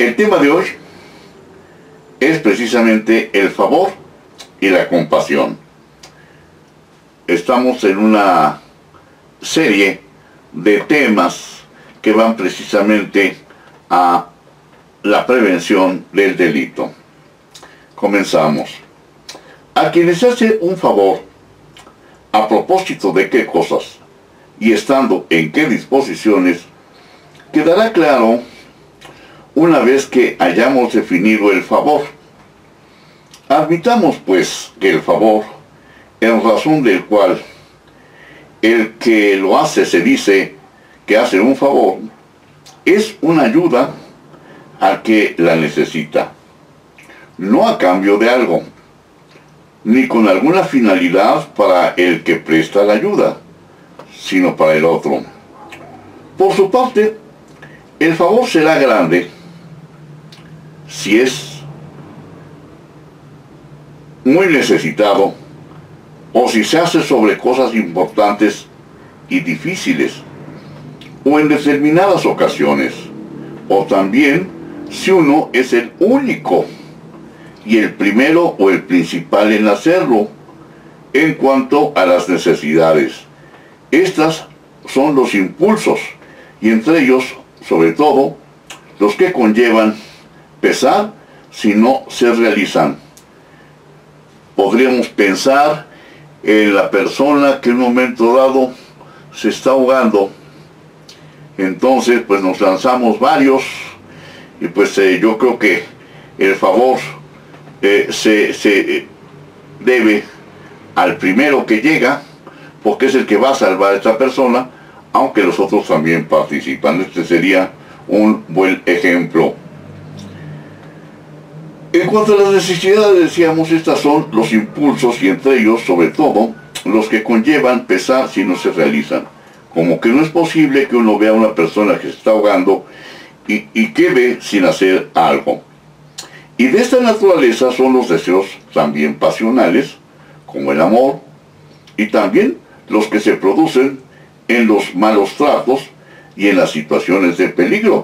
El tema de hoy es precisamente el favor y la compasión. Estamos en una serie de temas que van precisamente a la prevención del delito. Comenzamos. A quienes se hace un favor, a propósito de qué cosas y estando en qué disposiciones, quedará claro una vez que hayamos definido el favor. Admitamos pues que el favor, en razón del cual el que lo hace se dice que hace un favor, es una ayuda al que la necesita, no a cambio de algo, ni con alguna finalidad para el que presta la ayuda, sino para el otro. Por su parte, el favor será grande si es muy necesitado o si se hace sobre cosas importantes y difíciles, o en determinadas ocasiones, o también si uno es el único y el primero o el principal en hacerlo. En cuanto a las necesidades, estas son los impulsos, y entre ellos, sobre todo, los que conllevan pesar si no se realizan. Podríamos pensar en la persona que en un momento dado se está ahogando. Entonces pues nos lanzamos varios, y pues yo creo que el favor se debe al primero que llega, porque es el que va a salvar a esta persona, aunque los otros también participan. Este sería un buen ejemplo. En cuanto a las necesidades, decíamos, estas son los impulsos, y entre ellos, sobre todo, los que conllevan pesar si no se realizan. Como que no es posible que uno vea a una persona que se está ahogando y quede sin hacer algo. Y de esta naturaleza son los deseos también pasionales, como el amor, y también los que se producen en los malos tratos y en las situaciones de peligro.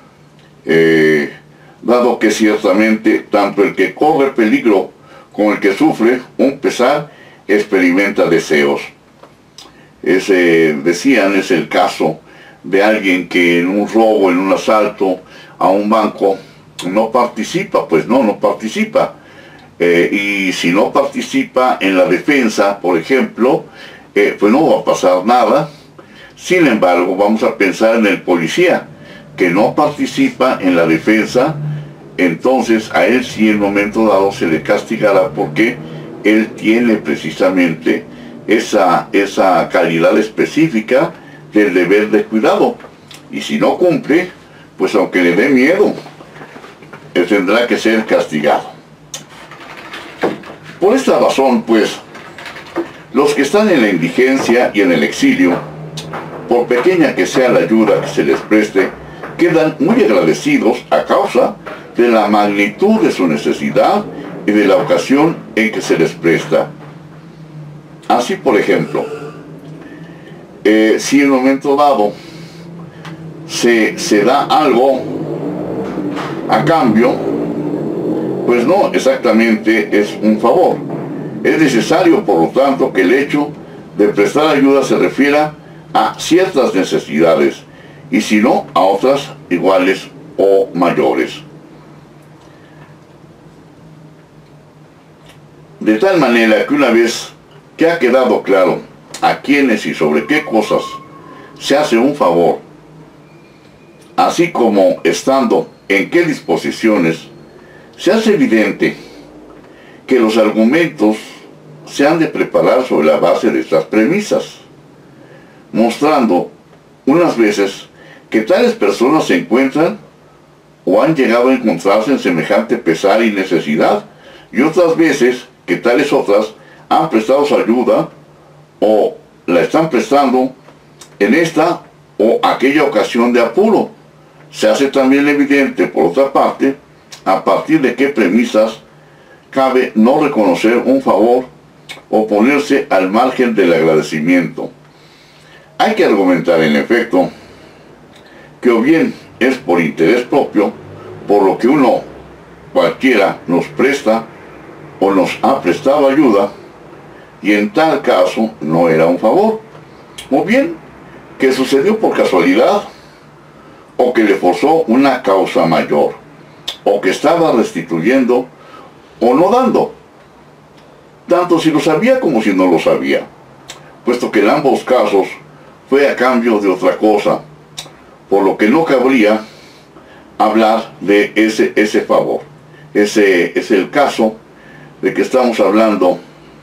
Dado que ciertamente tanto el que corre peligro como el que sufre un pesar experimenta deseos. Decían, es el caso de alguien que en un robo, en un asalto a un banco, no participa. Pues no participa. Y si no participa en la defensa, por ejemplo, pues no va a pasar nada. Sin embargo, vamos a pensar en el policía que no participa en la defensa. Entonces a él sí en un momento dado se le castigará, porque él tiene precisamente esa calidad específica del deber de cuidado. Y si no cumple, pues aunque le dé miedo, él tendrá que ser castigado. Por esta razón, pues, los que están en la indigencia y en el exilio, por pequeña que sea la ayuda que se les preste, quedan muy agradecidos a causa de la magnitud de su necesidad y de la ocasión en que se les presta. Así, por ejemplo, si en un momento dado se da algo a cambio, pues no exactamente es un favor. Es necesario, por lo tanto, que el hecho de prestar ayuda se refiera a ciertas necesidades, y si no, a otras iguales o mayores. De tal manera que una vez que ha quedado claro a quiénes y sobre qué cosas se hace un favor, así como estando en qué disposiciones, se hace evidente que los argumentos se han de preparar sobre la base de estas premisas, mostrando unas veces que tales personas se encuentran o han llegado a encontrarse en semejante pesar y necesidad, y otras veces que tales otras han prestado su ayuda o la están prestando en esta o aquella ocasión de apuro. Se hace también evidente, por otra parte, a partir de qué premisas cabe no reconocer un favor o ponerse al margen del agradecimiento. Hay que argumentar, en efecto, que o bien es por interés propio, por lo que uno cualquiera nos presta o nos ha prestado ayuda, y en tal caso no era un favor, o bien que sucedió por casualidad, o que le forzó una causa mayor, o que estaba restituyendo o no dando, tanto si lo sabía como si no lo sabía, puesto que en ambos casos fue a cambio de otra cosa, por lo que no cabría hablar de ese favor. Ese es el caso de que estamos hablando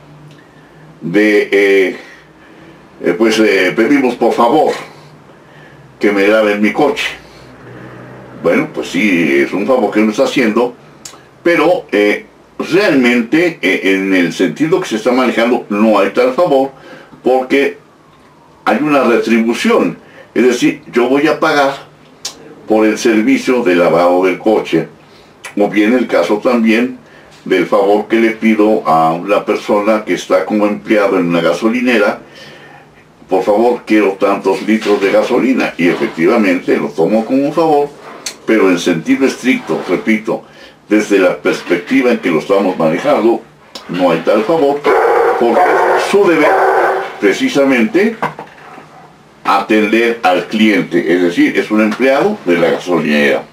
de, pedimos por favor que me laven mi coche. Bueno, pues sí, es un favor que uno está haciendo, pero realmente en el sentido que se está manejando no hay tal favor, porque hay una retribución. Es decir, yo voy a pagar por el servicio de lavado del coche, o bien el caso también del favor que le pido a la persona que está como empleado en una gasolinera. Por favor, quiero tantos litros de gasolina, y efectivamente lo tomo como un favor, pero en sentido estricto, repito, desde la perspectiva en que lo estamos manejando, no hay tal favor, porque su deber precisamente atender al cliente, es decir, es un empleado de la gasolinera.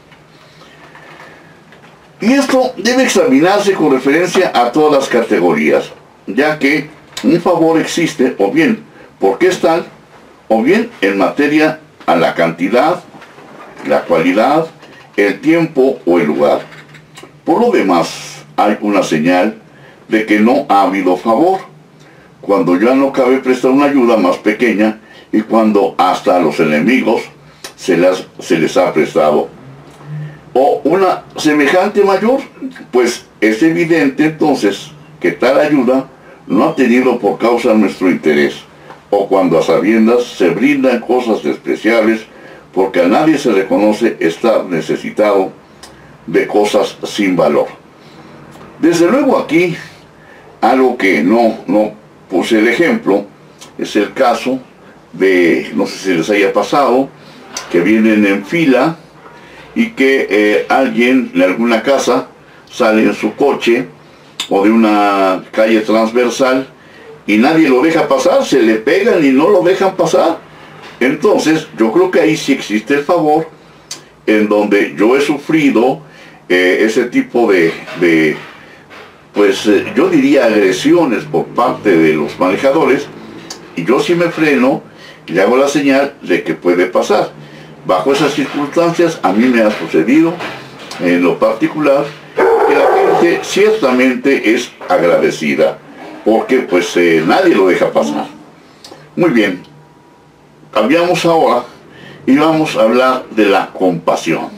Y esto debe examinarse con referencia a todas las categorías, ya que un favor existe o bien porque es tal, o bien en materia a la cantidad, la cualidad, el tiempo o el lugar. Por lo demás, hay una señal de que no ha habido favor, cuando ya no cabe prestar una ayuda más pequeña y cuando hasta a los enemigos se les ha prestado. O una semejante mayor, pues es evidente entonces que tal ayuda no ha tenido por causa nuestro interés, o cuando a sabiendas se brindan cosas despreciables, porque a nadie se reconoce estar necesitado de cosas sin valor. Desde luego aquí, algo que no puse el ejemplo, es el caso de, no sé si les haya pasado, que vienen en fila y que alguien de alguna casa sale en su coche o de una calle transversal y nadie lo deja pasar, se le pegan y no lo dejan pasar. Entonces yo creo que ahí sí existe el favor, en donde yo he sufrido ese tipo de yo diría agresiones por parte de los manejadores, y yo sí me freno y le hago la señal de que puede pasar. Bajo esas circunstancias a mí me ha sucedido en lo particular que la gente ciertamente es agradecida, porque pues nadie lo deja pasar. Muy bien, cambiamos ahora y vamos a hablar de la compasión.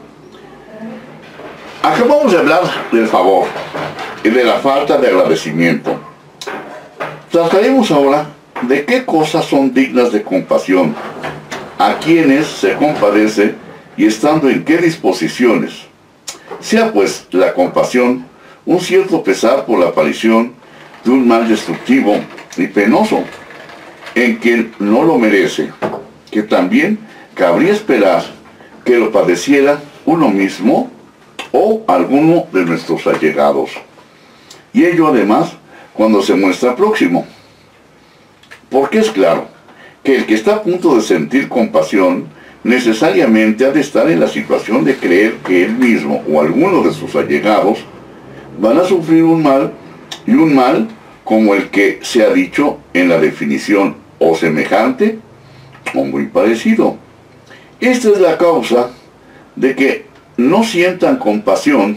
Acabamos de hablar del favor y de la falta de agradecimiento. Trataremos ahora de qué cosas son dignas de compasión, a quienes se compadece y estando en qué disposiciones. Sea pues la compasión un cierto pesar por la aparición de un mal destructivo y penoso en quien no lo merece, que también cabría esperar que lo padeciera uno mismo o alguno de nuestros allegados. Y ello además cuando se muestra próximo. Porque es claro que el que está a punto de sentir compasión necesariamente ha de estar en la situación de creer que él mismo o alguno de sus allegados van a sufrir un mal, y un mal como el que se ha dicho en la definición, o semejante o muy parecido. Esta es la causa de que no sientan compasión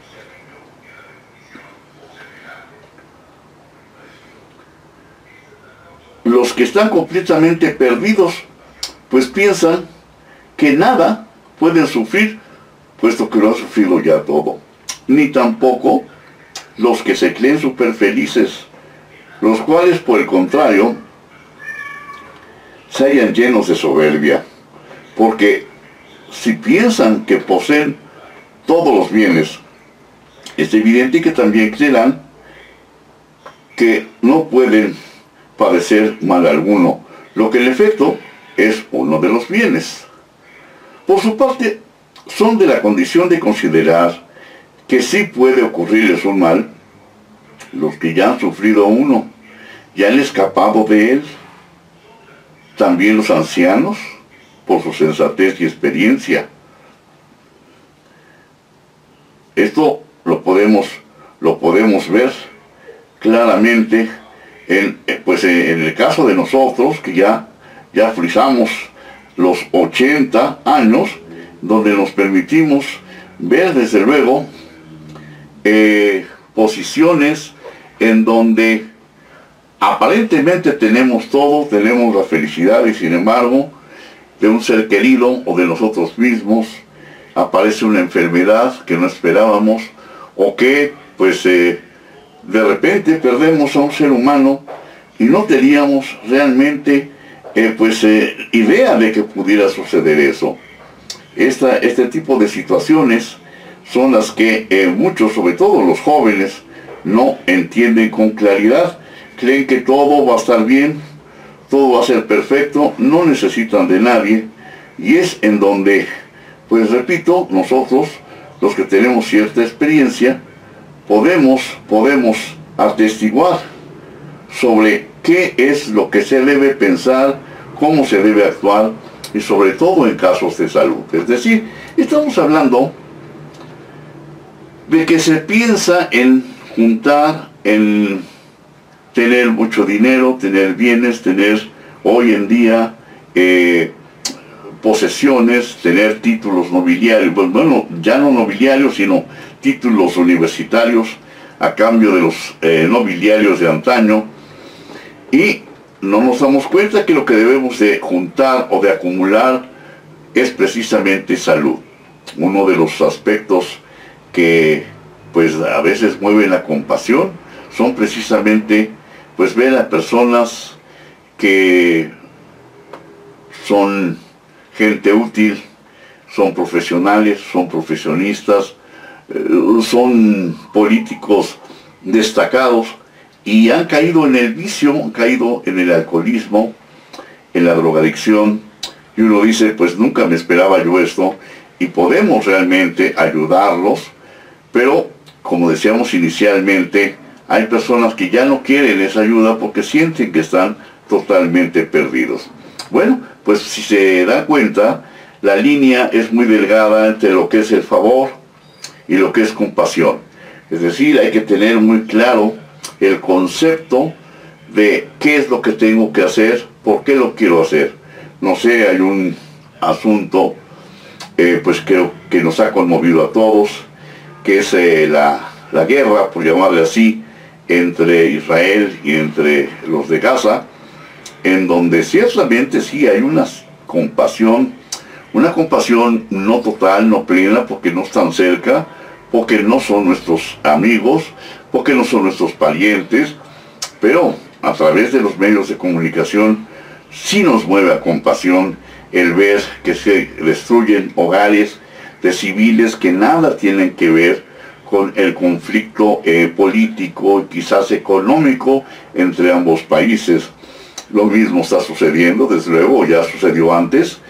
los que están completamente perdidos, pues piensan que nada pueden sufrir, puesto que lo han sufrido ya todo. Ni tampoco los que se creen súper felices, los cuales por el contrario se hallan llenos de soberbia, porque si piensan que poseen todos los bienes, es evidente que también creerán que no pueden padecer mal alguno, lo que en efecto es uno de los bienes. Por su parte, son de la condición de considerar que sí puede ocurrirles un mal, los que ya han sufrido uno, ya han escapado de él, también los ancianos, por su sensatez y experiencia. Esto lo podemos ver claramente en el caso de nosotros, que ya frisamos los 80 años, donde nos permitimos ver desde luego posiciones en donde aparentemente tenemos todo, tenemos la felicidad, y sin embargo de un ser querido o de nosotros mismos aparece una enfermedad que no esperábamos, o que de repente perdemos a un ser humano y no teníamos realmente idea de que pudiera suceder eso. Este tipo de situaciones son las que muchos, sobre todo los jóvenes, no entienden con claridad. Creen que todo va a estar bien, todo va a ser perfecto, no necesitan de nadie, y es en donde, pues repito, nosotros, los que tenemos cierta experiencia, podemos atestiguar sobre qué es lo que se debe pensar, cómo se debe actuar, y sobre todo en casos de salud. Es decir, estamos hablando de que se piensa en juntar, en tener mucho dinero, tener bienes, tener hoy en día posesiones, tener títulos nobiliarios, bueno, ya no nobiliarios, sino títulos universitarios a cambio de los nobiliarios de antaño, y no nos damos cuenta que lo que debemos de juntar o de acumular es precisamente salud. Uno de los aspectos que pues a veces mueven la compasión son precisamente ver a personas que son gente útil, son profesionales, son profesionistas, son políticos destacados, y han caído en el vicio, han caído en el alcoholismo, en la drogadicción, y uno dice, pues nunca me esperaba yo esto, y podemos realmente ayudarlos, pero como decíamos inicialmente, hay personas que ya no quieren esa ayuda porque sienten que están totalmente perdidos. Bueno, pues si se da cuenta, la línea es muy delgada entre lo que es el favor y lo que es compasión. Es decir, hay que tener muy claro el concepto de qué es lo que tengo que hacer, por qué lo quiero hacer. No sé, hay un asunto pues que nos ha conmovido a todos, que es la guerra, por llamarle así, entre Israel y entre los de Gaza, en donde ciertamente sí hay una compasión no total, no plena, porque no están cerca, porque no son nuestros amigos, porque no son nuestros parientes, pero a través de los medios de comunicación sí nos mueve a compasión el ver que se destruyen hogares de civiles que nada tienen que ver con el conflicto político y quizás económico entre ambos países. Lo mismo está sucediendo, desde luego, ya sucedió antes,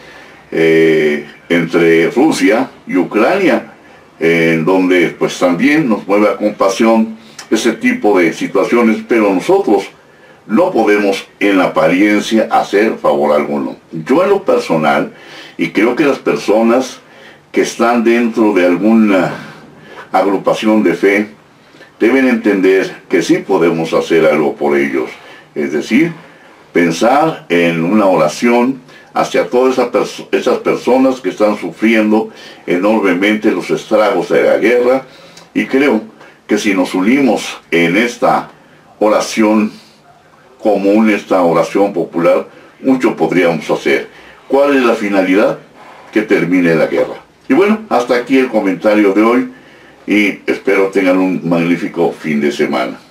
entre Rusia y Ucrania, en donde pues también nos mueve a compasión ese tipo de situaciones, pero nosotros no podemos en la apariencia hacer favor alguno. Yo en lo personal, y creo que las personas que están dentro de alguna agrupación de fe deben entender que sí podemos hacer algo por ellos, es decir, pensar en una oración hacia todas esas personas que están sufriendo enormemente los estragos de la guerra, y creo que si nos unimos en esta oración común, esta oración popular, mucho podríamos hacer. ¿Cuál es la finalidad? Que termine la guerra. Y bueno, hasta aquí el comentario de hoy, y espero tengan un magnífico fin de semana.